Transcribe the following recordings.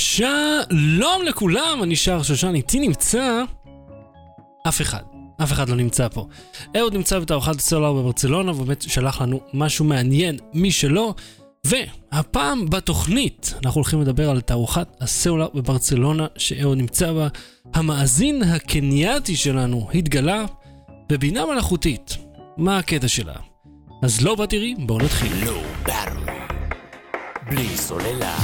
שלום לכולם, אני שר שושן, איתי נמצא אף אחד לא נמצא פה. אהוד נמצא בתערוכת הסלולר בברצלונה, ובאמת שלח לנו משהו מעניין, מי שלא. והפעם בתוכנית אנחנו הולכים לדבר על תערוכת הסלולר בברצלונה שאהוד נמצא בה. המאזין הקנייתי שלנו התגלה בבינה מלאכותית. מה הקטע שלה? אז לא בתראי, בואו נתחיל. לא בטרי, בלי סוללה.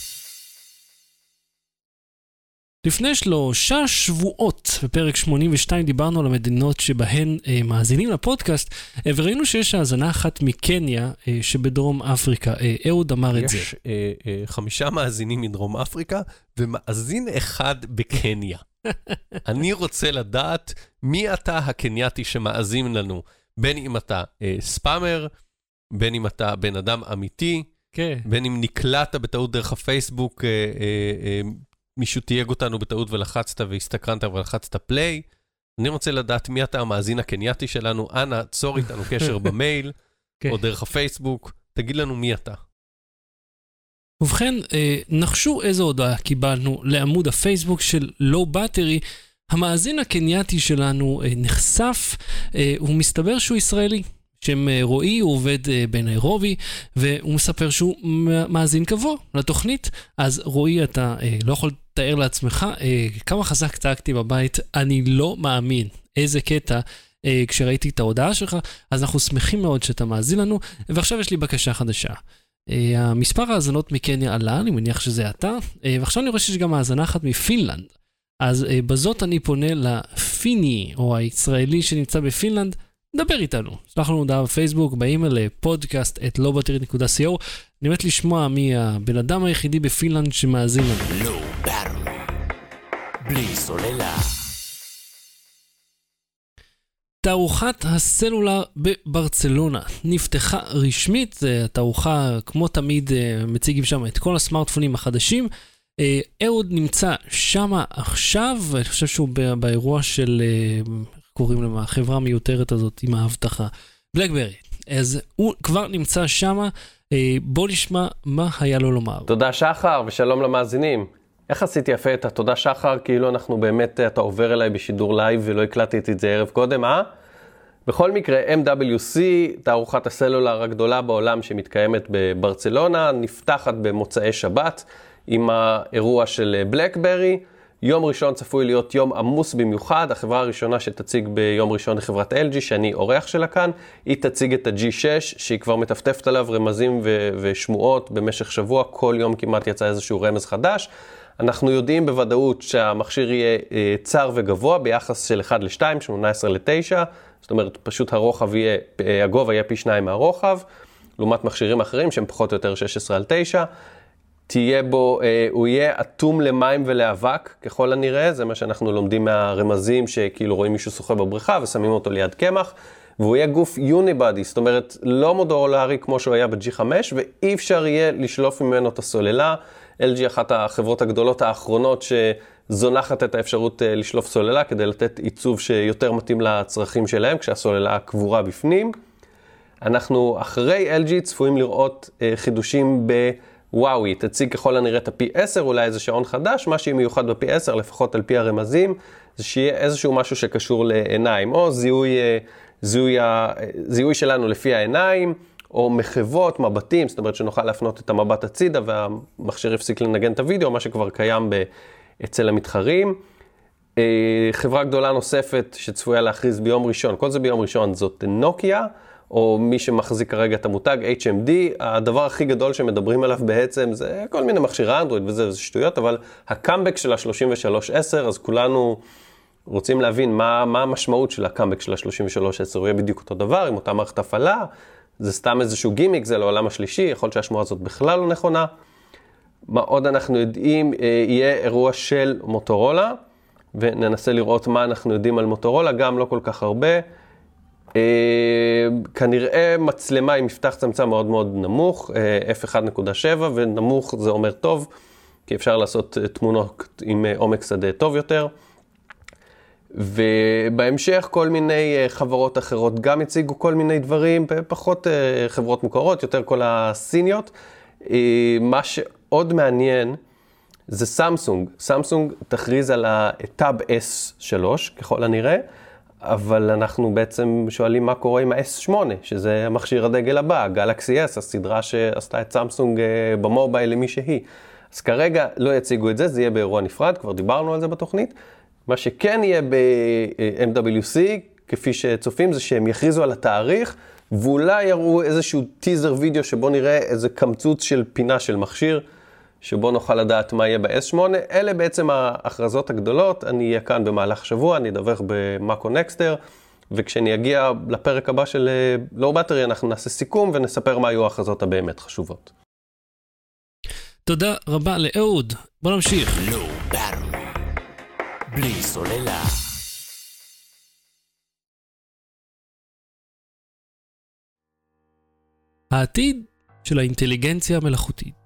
לפני 3 שבועות, בפרק 82, דיברנו על המדינות שבהן מאזינים לפודקאסט, וראינו שיש האזנה אחת מקניה שבדרום אפריקה. אהוד אמר את זה. יש 5 מאזינים מדרום אפריקה, ומאזין אחד בקניה. אני רוצה לדעת מי אתה הקנייתי שמאזין לנו, בין אם אתה ספאמר, בין אם אתה בן אדם אמיתי, בין אם נקלעת בטעות דרך הפייסבוק, מישהו תייג אותנו בטעות ולחצת והסתקרנת ולחצת פליי. אני רוצה לדעת מי אתה המאזין הקנייתי שלנו. אנא, צור איתנו קשר במייל או דרך הפייסבוק. תגיד לנו מי אתה. ובכן, נחשו איזו הודעה קיבלנו לעמוד הפייסבוק של לא בטרי. המאזין הקנייתי שלנו נחשף, הוא מסתבר שהוא ישראלי. שם רועי, הוא עובד בניירובי, והוא מספר שהוא מאזין קבוע לתוכנית. אז רועי, אתה לא יכול לתאר לעצמך כמה חזק צעקתי בבית, אני לא מאמין. איזה קטע כשראיתי את ההודעה שלך, אז אנחנו שמחים מאוד שאתה מאזין לנו, ועכשיו יש לי בקשה חדשה. המספר האזנות מקניה עלה, אני מניח שזה אתה, ועכשיו אני רואה שיש גם האזנה אחת מפינלנד. אז בזאת אני פונה לפיני, או הישראלי שנמצא בפינלנד, דבר איתנו. שלח לנו הודעה בפייסבוק, באימייל podcast@lobbattery.co. אני מת לשמוע מי הבן אדם היחידי בפינלנד שמאזין לנו. לא בטרי, בלי סוללה. תערוכת הסלולר בברצלונה נפתחה רשמית. התערוכה, כמו תמיד, מציגים שם את כל הסמארטפונים החדשים. אהוד נמצא שם עכשיו, אני חושב שהוא באירוע של, קוראים למה, החברה המיותרת הזאת עם ההבטחה, בלקברי. אז הוא כבר נמצא שם. בוא נשמע מה היה לו לומר. תודה שחר ושלום למאזינים. איך עשיתי יפה את התודה שחר, כאילו אנחנו באמת, אתה עובר אליי בשידור לייב ולא הקלטתי את זה ערב קודם, בכל מקרה, MWC, תערוכת הסלולר הגדולה בעולם שמתקיימת בברצלונה, נפתחת במוצאי שבת עם האירוע של בלקברי. יום ראשון צפוי להיות יום עמוס במיוחד. החברה הראשונה שתציג ביום ראשון היא חברת LG, שאני אורח שלה כאן. היא תציג את ה-G6, שהיא כבר מטפטפת עליו רמזים ושמועות במשך שבוע. כל יום כמעט יצא איזשהו רמז חדש. אנחנו יודעים בוודאות שהמכשיר יהיה צר וגבוה ביחס של 1:2, 18:9. זאת אומרת, פשוט הגובה יהיה פי 2 מהרוחב, לעומת מכשירים אחרים שהם פחות או יותר 16:9. הוא יהיה אטום למים ולאבק, ככל הנראה, זה מה שאנחנו לומדים מהרמזים, שכאילו רואים מישהו שוחה בבריכה ושמים אותו ליד קמח, והוא יהיה גוף יוניבאדי, זאת אומרת, לא מודולרי כמו שהוא היה ב-G5, ואי אפשר יהיה לשלוף ממנו את הסוללה. LG אחת החברות הגדולות האחרונות שזונחת את האפשרות לשלוף סוללה, כדי לתת עיצוב שיותר מתאים לצרכים שלהם, כשהסוללה קבורה בפנים. אנחנו אחרי LG צפויים לראות חידושים וואוי, תציג ככל הנראה את ה-P10, אולי איזה שעון חדש, מה שיהיה מיוחד ב-P10, לפחות על פי הרמזים, זה שיהיה איזשהו משהו שקשור לעיניים, או זיהוי שלנו לפי העיניים, או מחוות, מבטים, זאת אומרת שנוכל להפנות את המבט הצידה, והמכשיר יפסיק לנגן את הוידאו, מה שכבר קיים אצל המתחרים. חברה גדולה נוספת שצפויה להכריז ביום ראשון, כל זה ביום ראשון, זאת נוקיה, או מי שמחזיק כרגע את המותג HMD. הדבר הכי גדול שמדברים עליו בעצם זה כל מיני מכשירי אנדרואיד וזה שטויות, אבל הקאמבק של ה-3310, אז כולנו רוצים להבין מה המשמעות של הקאמבק של ה-3310, הוא יהיה בדיוק אותו דבר, עם אותה מערכת הפעלה, זה סתם איזשהו גימיק, זה לעולם השלישי, יכול שהשמועה הזאת בכלל לא נכונה. מה עוד אנחנו יודעים, יהיה אירוע של מוטורולה, וננסה לראות מה אנחנו יודעים על מוטורולה, גם לא כל כך הרבה. כנראה מצלמה עם מפתח צמצם מאוד מאוד נמוך, f1.7, ונמוך זה אומר טוב, כי אפשר לעשות תמונות עם עומק שדה טוב יותר. ובהמשך כל מיני חברות אחרות גם הציגו כל מיני דברים, פחות חברות מוכרות, יותר כל הסיניות. מה שעוד מעניין זה סמסונג. סמסונג תכריז על הטאב S3 ככל הנראה, אבל אנחנו בעצם שואלים מה קורה עם ה-S8, שזה המכשיר הדגל הבא, גלקסי S, הסדרה שעשתה את סמסונג במובייל למי שהיא. אז כרגע לא יציגו את זה, זה יהיה באירוע נפרד, כבר דיברנו על זה בתוכנית. מה שכן יהיה ב-MWC, כפי שצופים, זה שהם יכריזו על התאריך, ואולי יראו איזשהו טיזר וידאו שבו נראה איזה קמצוץ של פינה של מכשיר, שבו נוכל לדעת מה יהיה ב-S8. אלה בעצם ההכרזות הגדולות. אני אהיה כאן במהלך שבוע, אני אדווח במאקו נקסטר, וכשאני אגיע לפרק הבא של לואו בטרי, אנחנו נעשה סיכום ונספר מה היו ההכרזות הבאמת חשובות. תודה רבה לאהוד. בוא נמשיך. לואו בטרי. בלי סוללה. העתיד של האינטליגנציה המלאכותית.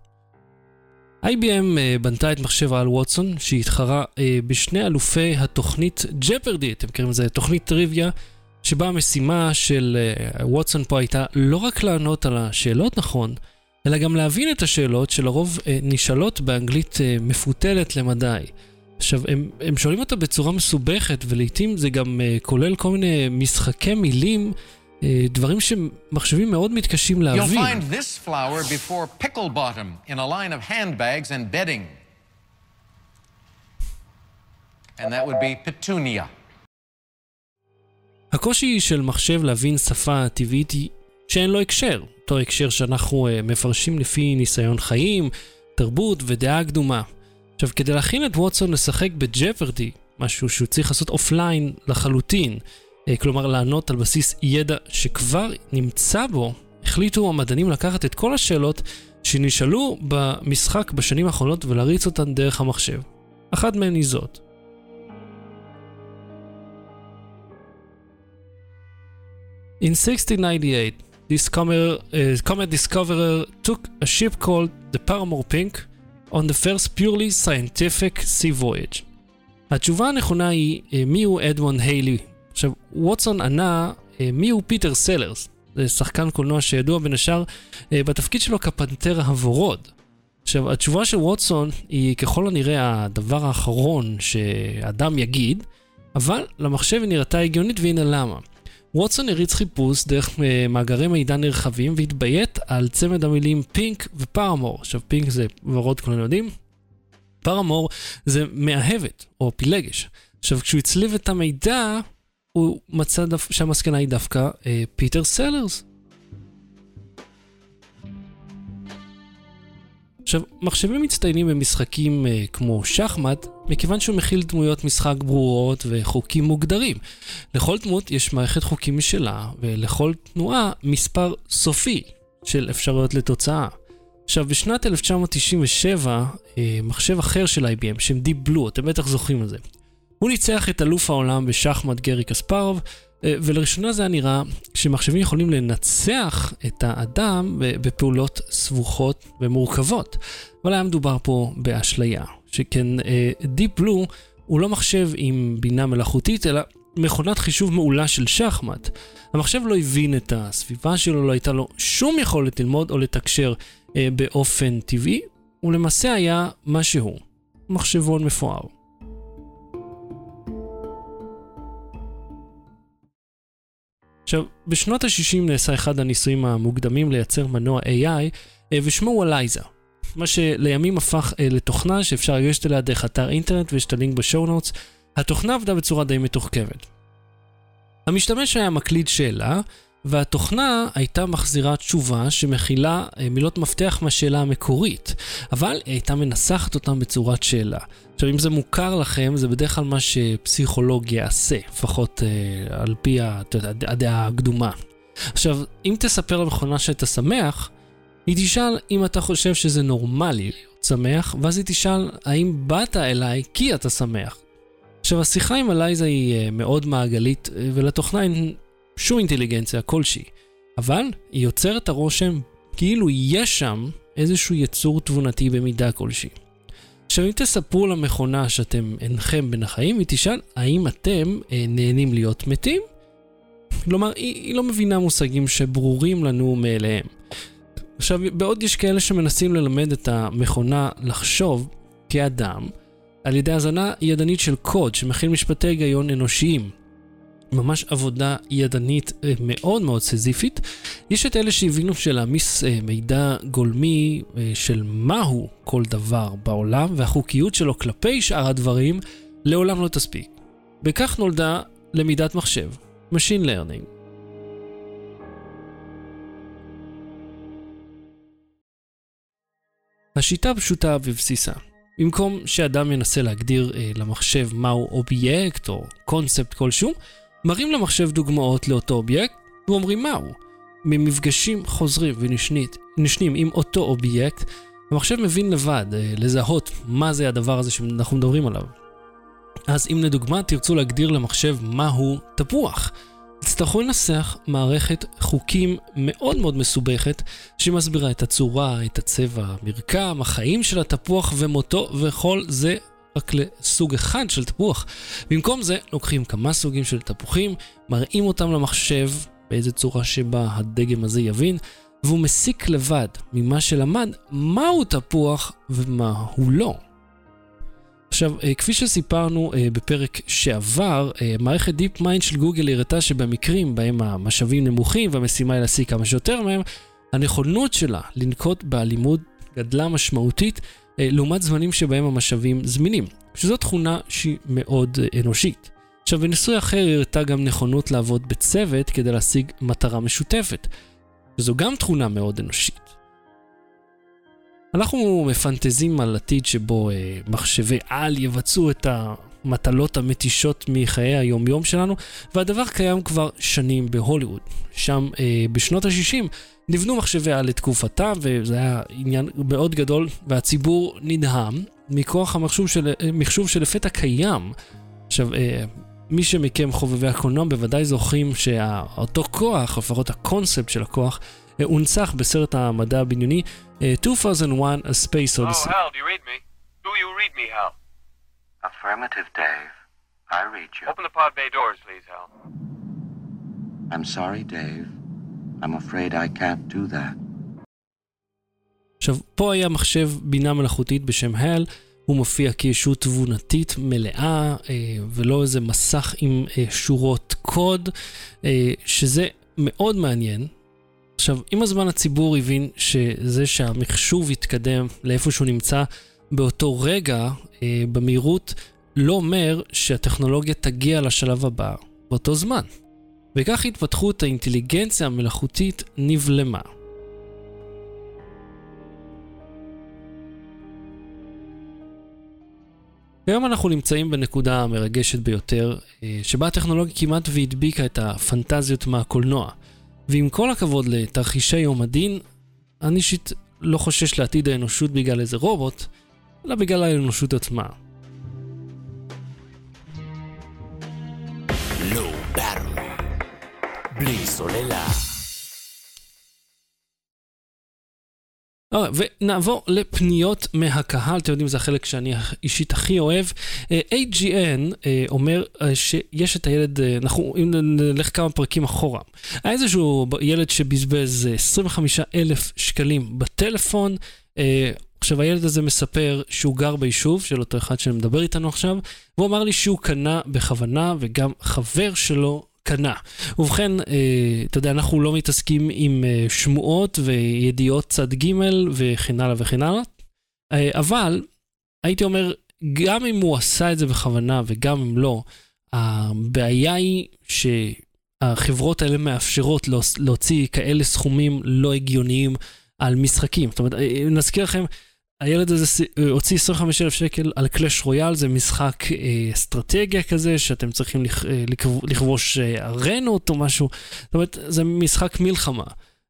IBM בנתה את מחשב העל ווטסון, שהתחרה בשני אלופי התוכנית ג'פרדי. אתם מכירים, זה תוכנית טריוויה, שבה המשימה של ווטסון פה הייתה לא רק לענות על השאלות נכון, אלא גם להבין את השאלות שלרוב נשאלות באנגלית מפותלת למדי. עכשיו, הם שואלים אותה בצורה מסובכת, ולעיתים זה גם כולל כל מיני משחקי מילים, דברים שמחשבים מאוד מתקשים להבין. You'll find this flower before pickle bottom in a line of handbags and bedding. And that would be petunia. הקושי של מחשב להבין שפה טבעית היא שאין לו הקשר. אותו הקשר שאנחנו מפרשים לפי ניסיון חיים, תרבות ודעה קדומה. עכשיו, כדי להכין את ווטסון לשחק בג'פרדי, משהו שהוא צריך לעשות אופליין לחלוטין, כלומר לענות על בסיס ידע שכבר נמצא בו, החליטו המדענים לקחת את כל השאלות שנשאלו במשחק בשנים האחרונות ולהריץ אותן דרך המחשב. אחת מהן היא זאת. In 1698, this comet discoverer took a ship called the Paramore Pink on the first purely scientific sea voyage. התשובה הנכונה היא מי הוא אדמונד היילי. עכשיו, ווטסון ענה מי הוא פיטר סלרס. זה שחקן קולנוע שידוע בין השאר בתפקיד שלו כפנתר הוורוד. עכשיו, התשובה של ווטסון היא ככל הנראה הדבר האחרון שאדם יגיד, אבל למחשב היא נראתה הגיונית, והנה למה. ווטסון הריץ חיפוש דרך מאגרי מידע נרחבים והתביית על צמד המילים פינק ופרמור. עכשיו, פינק זה ורוד, כולנו יודעים. פרמור זה מאהבת או פילגש. עכשיו, כשהוא הצליב את המידע, הוא מצא שהמסקנה היא דווקא פיטר סלרס. עכשיו, מחשבים מצטיינים במשחקים כמו שחמט, מכיוון שהוא מכיל דמויות משחק ברורות וחוקים מוגדרים. לכל דמות יש מערכת חוקים משלה, ולכל תנועה מספר סופי של אפשרויות לתוצאה. עכשיו, בשנת 1997, מחשב אחר של IBM, שם Deep Blue, אתם בטח זוכרים על זה. הוא ניצח את אלוף העולם בשחמט גרי קספרוב, ולראשונה זה היה נראה שמחשבים יכולים לנצח את האדם בפעולות סבוכות ומורכבות. אבל היה מדובר פה באשליה, שכן Deep Blue הוא לא מחשב עם בינה מלאכותית, אלא מכונת חישוב מעולה של שחמט. המחשב לא הבין את הסביבה שלו, לא הייתה לו שום יכולת ללמוד או לתקשר באופן טבעי, ולמעשה היה משהו, מחשבון מפואר. עכשיו, בשנות ה-60 נעשה אחד הניסויים המוקדמים לייצר מנוע AI, ושמו הוא אלייזה. מה שלימים הפך לתוכנה שאפשר לגשת אליה דרך אתר אינטרנט, ויש את הלינק בשואו נוטס. התוכנה עבדה בצורה די מתוחכמת. המשתמש היה מקליד שאלה, והתוכנה הייתה מחזירה תשובה שמכילה מילות מפתח מהשאלה המקורית, אבל היא הייתה מנסחת אותם בצורת שאלה. עכשיו, אם זה מוכר לכם, זה בדרך כלל מה שפסיכולוג יעשה, לפחות על פי הדעה הקדומה. עכשיו, אם תספר למכונה שאתה שמח, היא תשאל אם אתה חושב שזה נורמלי להיות שמח, ואז היא תשאל האם באת אליי כי אתה שמח. עכשיו, השיחה עם אלייזה היא מאוד מעגלית, ולתוכנה אין שום אינטליגנציה כלשהי, אבל היא יוצרת הרושם כאילו יש שם איזשהו יצור תבונתי במידה כלשהי. עכשיו, אם תספרו למכונה שאתם אינכם בין החיים, היא תשאל האם אתם נהנים להיות מתים? כלומר, היא לא מבינה מושגים שברורים לנו מאליהם. עכשיו, בעוד יש כאלה שמנסים ללמד את המכונה לחשוב, כאדם על ידי הזנה ידנית של קוד שמכיל משפטי היגיון אנושיים. ממש עבודה ידנית מאוד מאוד סזיפית. יש את אלה שהבינו שלהעמיס מידע גולמי של מהו כל דבר בעולם והחוקיות שלו כלפי שאר הדברים לעולם לא תספיק. בכך נולדה למידת מחשב, Machine Learning. השיטה פשוטה בבסיסה. במקום שאדם ינסה להגדיר למחשב מהו אובייקט או קונספט כלשהו, מראים למחשב דוגמאות לאותו אובייקט ואומרים מהו. ממפגשים חוזרים ונשנים עם אותו אובייקט, המחשב מבין לבד לזהות מה זה הדבר הזה שאנחנו מדברים עליו. אז אם לדוגמה תרצו להגדיר למחשב מהו תפוח, תצטרכו לנסח מערכת חוקים מאוד מאוד מסובכת שמסבירה את הצורה, את הצבע, המרקם, החיים של התפוח ומותו וכל זה רק לסוג אחד של תפוח. במקום זה לוקחים כמה סוגים של תפוחים, מראים אותם למחשב באיזה צורה שבה הדגם הזה יבין, והוא מסיק לבד ממה שלמד מהו תפוח ומה הוא לא. עכשיו, כפי שסיפרנו בפרק שעבר, מערכת דיפ מיינד של גוגל הראתה שבמקרים בהם המשאבים נמוכים והמשימה היא להשיג כמה שיותר מהם, הנכונות שלה לנקוט באלימות גדלה משמעותית לעומת זמנים שבהם המשאבים זמינים, שזו תכונה שהיא מאוד אנושית. עכשיו, בניסוי אחר הראתה גם נכונות לעבוד בצוות כדי להשיג מטרה משותפת, וזו גם תכונה מאוד אנושית. אנחנו מפנטזים על עתיד שבו מחשבי על יבצעו את המטלות המתישות מחיי היום-יום שלנו, והדבר קיים כבר שנים בהוליווד. שם בשנות ה-60 נבנו מחשבי על לתקופתה, וזה היה עניין מאוד גדול, והציבור נדהם מכוח המחשוב שלפתע קיים. עכשיו, מי שמכם חובבי הקולנוע בוודאי זוכרים שאותו כוח, לפחות הקונספט של הכוח, הונצח בסרט המדע הבדיוני 2001 A Space Odyssey. Oh, Hal, do you read me? Do you read me, Hal? Affirmative, Dave. I read you. Open the pod bay doors, please, Hal. I'm sorry, Dave. I'm afraid I can't do that. עכשיו, פה היה מחשב בינה מלאכותית בשם הל, הוא מופיע כישות תבונתית מלאה, ולא איזה מסך עם שורות קוד, שזה מאוד מעניין. עכשיו, עם הזמן הציבור הבין שזה שהמחשוב יתקדם לאיפה שהוא נמצא באותו רגע, במהירות, לא אומר שהטכנולוגיה תגיע לשלב הבא באותו זמן. וכך התפתחות האינטליגנציה המלאכותית נבלמה. היום אנחנו נמצאים בנקודה המרגשת ביותר, שבה הטכנולוגיה כמעט והדביקה את הפנטזיות מהקולנוע. ועם כל הכבוד לתרחישי יום הדין, אני אישית לא חושש לעתיד האנושות בגלל איזה רובוט, אלא בגלל האנושות עצמה. Low Battery, בלי סוללה. ונעבור לפניות מהקהל. אתם יודעים, זה החלק שאני אישית הכי אוהב. AGN אומר שיש את הילד, אם נלך כמה פרקים אחורה, היה איזשהו ילד שבזבז 25,000 שקלים בטלפון. עכשיו הילד הזה מספר שהוא גר ביישוב של אותו אחד שמדבר איתנו עכשיו, והוא אמר לי שהוא קנה בכוונה וגם חבר שלו קנה. ובכן, אתה יודע, אנחנו לא מתעסקים עם שמועות וידיעות צד ג' וכן הלאה וכן הלאה, אבל הייתי אומר, גם אם הוא עשה את זה בכוונה וגם אם לא, הבעיה היא שהחברות האלה מאפשרות להוציא כאלה סכומים לא הגיוניים על משחקים. זאת אומרת, נזכיר לכם, הילד הזה הוציא 25,000 שקל על קלאש רויאל, זה משחק אסטרטגיה כזה, שאתם צריכים לכבוש ארנות או משהו, זאת אומרת, זה משחק מלחמה.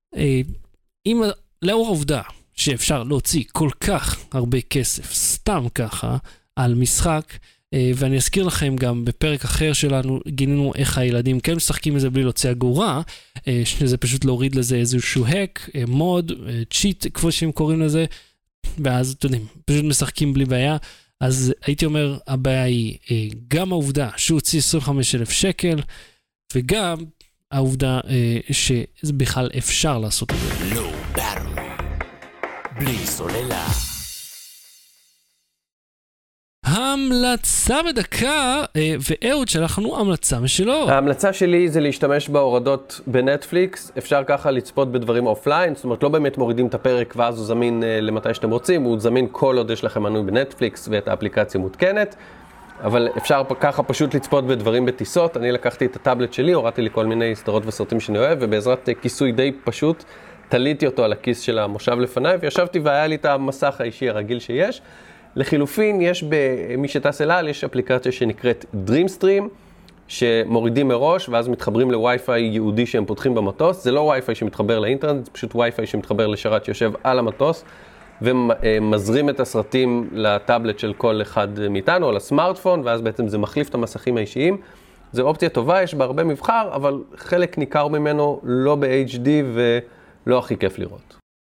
לאור העובדה שאפשר להוציא כל כך הרבה כסף, סתם ככה, על משחק, ואני אזכיר לכם גם בפרק אחר שלנו, גינינו איך הילדים כן משחקים את זה בלי להוציא אגורה, שזה פשוט להוריד לזה איזשהו hack, מוד, צ'יט, כמו שהם קוראים לזה, ואז, אתם יודעים, פשוט משחקים בלי בעיה. אז הייתי אומר, הבעיה היא גם העובדה שהוא הוציא 25,000 שקל, וגם העובדה שבכלל אפשר לעשות את זה. Low Battery, בלי סוללה. המלצה בדקה, ואהוד שלח לנו המלצה משלו. ההמלצה שלי זה להשתמש בהורדות בנטפליקס, אפשר ככה לצפות בדברים אופליין, זאת אומרת לא באמת מורידים את הפרק ואז הוא זמין למתי שאתם רוצים, הוא זמין כל עוד יש לכם מנוי בנטפליקס ואת האפליקציה מותקנת, אבל אפשר ככה פשוט לצפות בדברים בטיסות. אני לקחתי את הטאבלט שלי, הורדתי לי כל מיני סדרות וסרטים שאני אוהב, ובעזרת כיסוי די פשוט, תליתי אותו על הכיס של המושב לפניי, וישבתי והיה לי את המסך האישי הרגיל שיש. לחילופין, יש במי שטס אל על, יש אפליקציה שנקראת Dreamstream, שמורידים מראש, ואז מתחברים לווי-פיי ייעודי שהם פותחים במטוס. זה לא ווי-פיי שמתחבר לאינטרנט, זה פשוט ווי-פיי שמתחבר לשרת שיושב על המטוס, ומזרים את הסרטים לטאבלט של כל אחד מאיתנו, או לסמארטפון, ואז בעצם זה מחליף את המסכים האישיים. זו אופציה טובה, יש בה הרבה מבחר, אבל חלק ניכר ממנו לא ב-HD ולא הכי כיף לראות.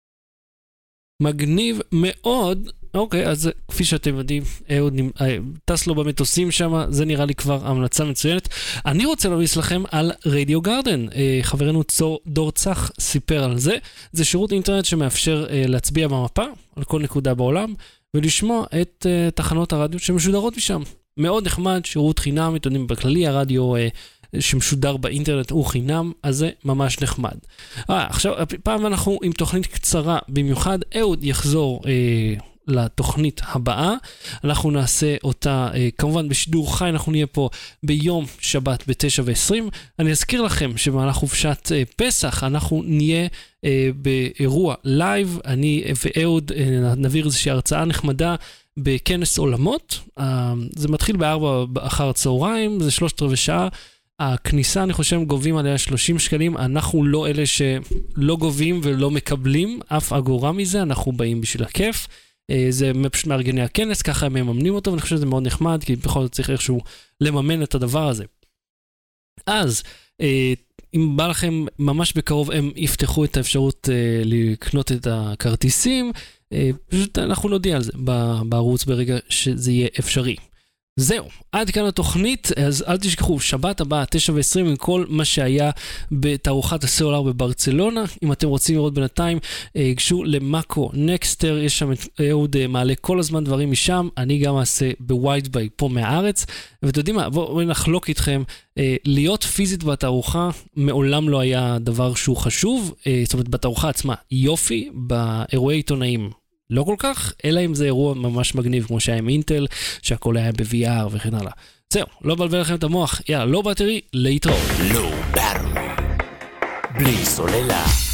מגניב מאוד. אוקיי, אז כפי שאתם יודעים, אהוד טס לו במטוסים שם, זה נראה לי כבר המלצה מצוינת. אני רוצה להמליץ לכם על רדיו גארדן. חברנו דור צח סיפר על זה. זה שירות אינטרנט שמאפשר להצביע במפה על כל נקודה בעולם, ולשמוע את תחנות הרדיו שמשודרות משם. מאוד נחמד, שירות חינם, אתם יודעים, בכללי הרדיו שמשודר באינטרנט הוא חינם, אז זה ממש נחמד. עכשיו, פעם אנחנו עם תוכנית קצרה במיוחד, אהוד יחזור לתוכנית הבאה, אנחנו נעשה אותה כמובן בשידור חי, אנחנו נהיה פה ביום שבת ב-9:20. אני אזכיר לכם שבמהלך חופשת פסח אנחנו נהיה באירוע לייב, אני ואהוד נעביר איזושהי הרצאה נחמדה בכנס עולמות, זה מתחיל ב-4 אחר הצהריים, זה 3/4 שעה, הכניסה אני חושב גובים עליה 30 שקלים, אנחנו לא אלה שלא גובים ולא מקבלים אף אגורה מזה, אנחנו באים בשביל הכיף, זה פשוט מארגני הכנס, ככה הם מממנים אותו, ואני חושב שזה מאוד נחמד, כי בכל זאת צריך איכשהו לממן את הדבר הזה. אז, אם בא לכם ממש בקרוב, הם יפתחו את האפשרות לקנות את הכרטיסים, פשוט אנחנו נודיע על זה בערוץ ברגע שזה יהיה אפשרי. זהו, עד כאן התוכנית, אז אל תשכחו, שבת הבאה, 9:20, עם כל מה שהיה בתערוכת הסלולר בברצלונה. אם אתם רוצים לראות בינתיים, גשו למאקו נקסטר, יש שם אהוד מעלה כל הזמן דברים משם, אני גם אעשה בוויידביי פה מהארץ, ואתם יודעים מה, בואו נחלוק איתכם, להיות פיזית בתערוכה מעולם לא היה דבר שהוא חשוב, זאת אומרת בתערוכה עצמה, יופי, באירועי עיתונאים, לא כל כך, אלא אם זה אירוע ממש מגניב, כמו שהיה עם אינטל, שהכל היה ב-VR וכן הלאה. זהו, לא בלבל לכם את המוח, יאללה, לא בטרי, להתראות. לא בטרי, בלי סוללה.